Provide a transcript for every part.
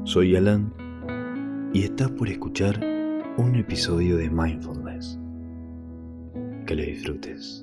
Soy Alan y estás por escuchar un episodio de Mindfulness. Que lo disfrutes.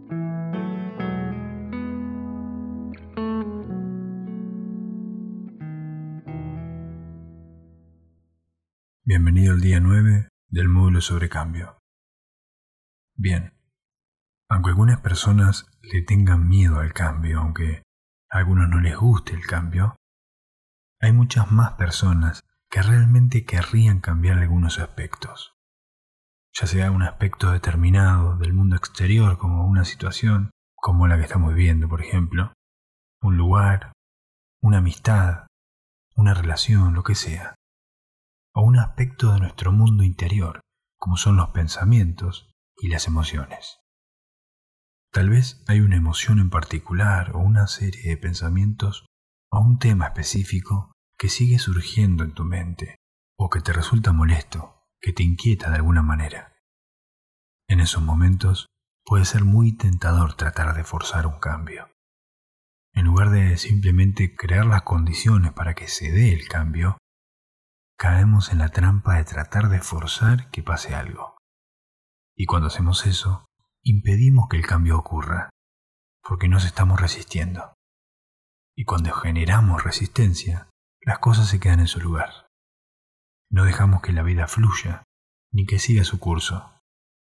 Bienvenido al día 9 del módulo sobre cambio. Bien, aunque algunas personas le tengan miedo al cambio, aunque a algunos no les guste el cambio, hay muchas más personas que realmente querrían cambiar algunos aspectos, ya sea un aspecto determinado del mundo exterior, como una situación como la que estamos viviendo, por ejemplo, un lugar, una amistad, una relación, lo que sea, o un aspecto de nuestro mundo interior, como son los pensamientos y las emociones. Tal vez hay una emoción en particular o una serie de pensamientos o un tema específico que sigue surgiendo en tu mente o que te resulta molesto, que te inquieta de alguna manera. En esos momentos puede ser muy tentador tratar de forzar un cambio. En lugar de simplemente crear las condiciones para que se dé el cambio, caemos en la trampa de tratar de forzar que pase algo. Y cuando hacemos eso, impedimos que el cambio ocurra, porque nos estamos resistiendo. Y cuando generamos resistencia, las cosas se quedan en su lugar. No dejamos que la vida fluya, ni que siga su curso.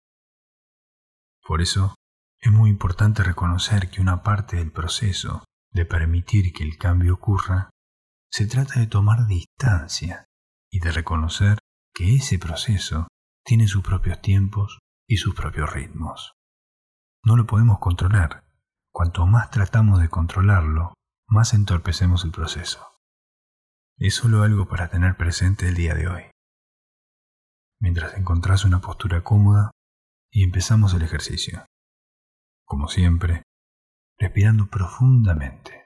Por eso, es muy importante reconocer que una parte del proceso de permitir que el cambio ocurra, se trata de tomar distancia y de reconocer que ese proceso tiene sus propios tiempos y sus propios ritmos. No lo podemos controlar. Cuanto más tratamos de controlarlo, más entorpecemos el proceso. Es solo algo para tener presente el día de hoy. Mientras encontrás una postura cómoda y empezamos el ejercicio. Como siempre, respirando profundamente.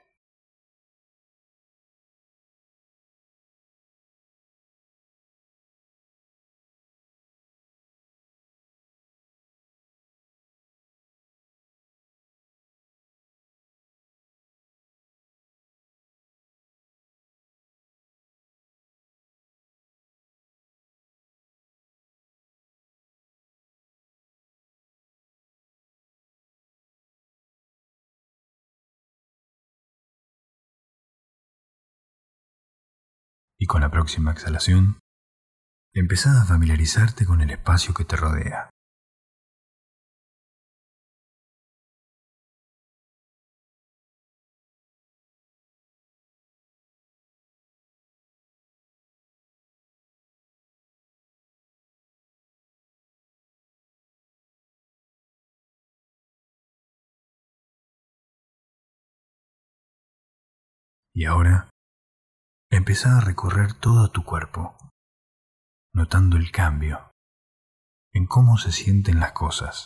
Y con la próxima exhalación, empezá a familiarizarte con el espacio que te rodea. Y ahora, empezá a recorrer todo tu cuerpo, notando el cambio en cómo se sienten las cosas.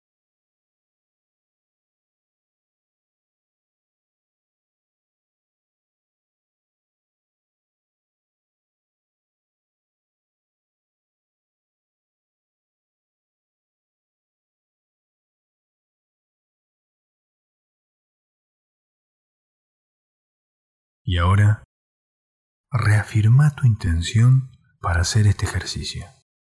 Y ahora, reafirma tu intención para hacer este ejercicio.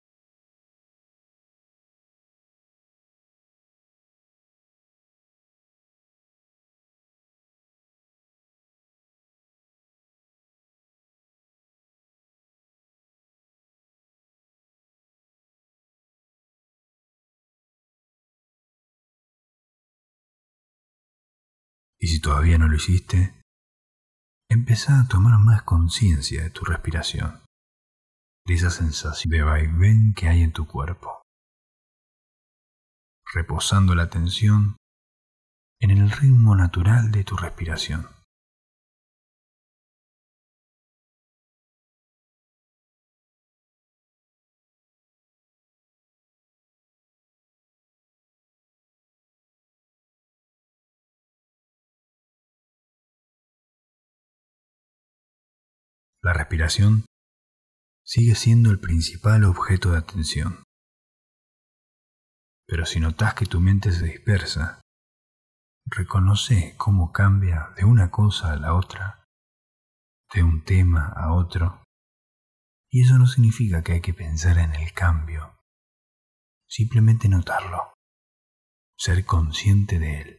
Y si todavía no lo hiciste, empezá a tomar más conciencia de tu respiración, de esa sensación de vaivén que hay en tu cuerpo, reposando la atención en el ritmo natural de tu respiración. La respiración sigue siendo el principal objeto de atención. Pero si notas que tu mente se dispersa, reconoce cómo cambia de una cosa a la otra, de un tema a otro, Y eso no significa que hay que pensar en el cambio, simplemente notarlo, ser consciente de él.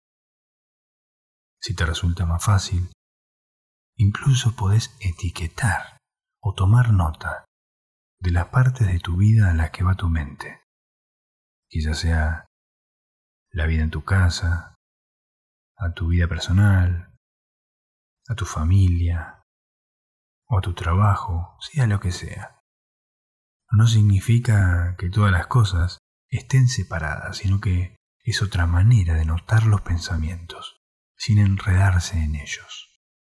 Si te resulta más fácil, incluso podés etiquetar o tomar nota de las partes de tu vida a las que va tu mente. Quizás sea la vida en tu casa, a tu vida personal, a tu familia o a tu trabajo, sea lo que sea. No significa que todas las cosas estén separadas, sino que es otra manera de notar los pensamientos, sin enredarse en ellos.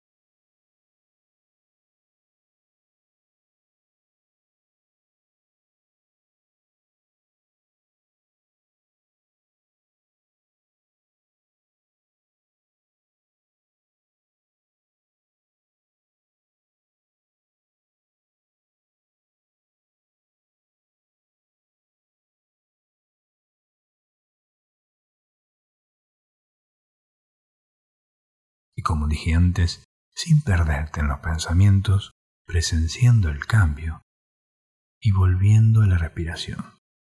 Y como dije antes, sin perderte en los pensamientos, presenciando el cambio y volviendo a la respiración.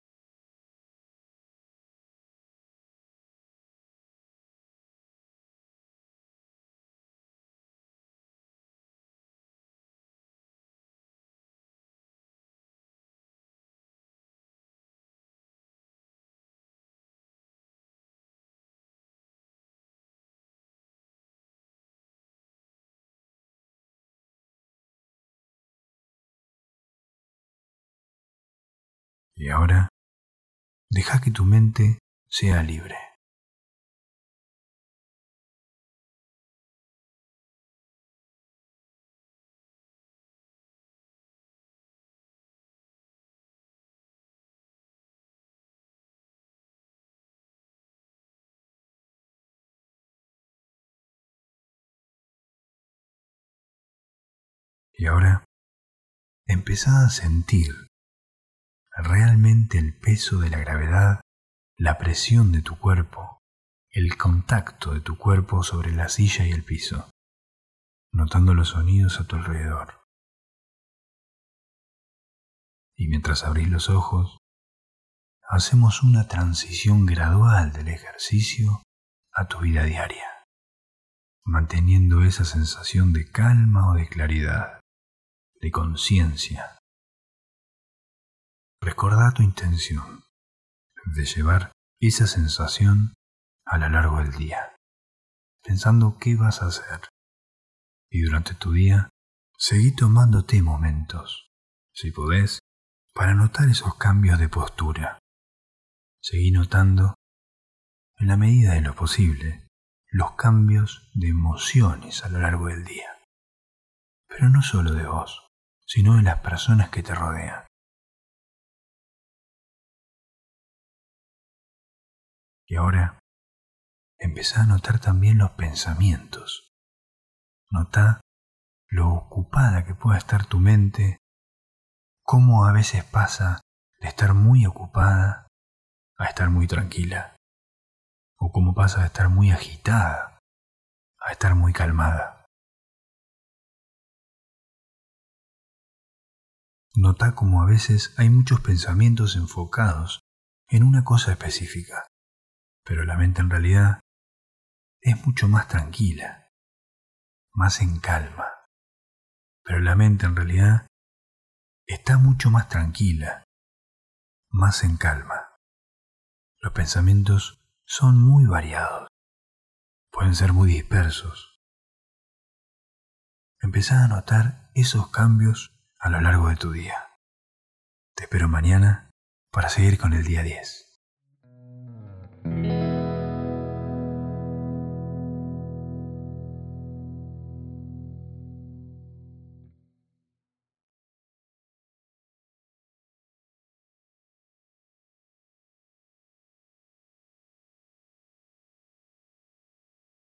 Y ahora, deja que tu mente sea libre. Y ahora, empezá a sentir realmente el peso de la gravedad, la presión de tu cuerpo, el contacto de tu cuerpo sobre la silla y el piso, notando los sonidos a tu alrededor. Y mientras abrís los ojos, hacemos una transición gradual del ejercicio a tu vida diaria, manteniendo esa sensación de calma o de claridad, de conciencia. Recordá tu intención de llevar esa sensación a lo largo del día, pensando qué vas a hacer. Y durante tu día, seguí tomándote momentos, si podés, para notar esos cambios de postura. Seguí notando, en la medida de lo posible, los cambios de emociones a lo largo del día. Pero no solo de vos, sino de las personas que te rodean. Y ahora, empezá a notar también los pensamientos. Notá lo ocupada que pueda estar tu mente, cómo a veces pasa de estar muy ocupada a estar muy tranquila, o cómo pasa de estar muy agitada a estar muy calmada. Notá cómo a veces hay muchos pensamientos enfocados en una cosa específica, pero la mente en realidad es mucho más tranquila, más en calma. Pero la mente en realidad está mucho más tranquila, más en calma. Los pensamientos son muy variados, pueden ser muy dispersos. Empezá a notar esos cambios a lo largo de tu día. Te espero mañana para seguir con el día 10.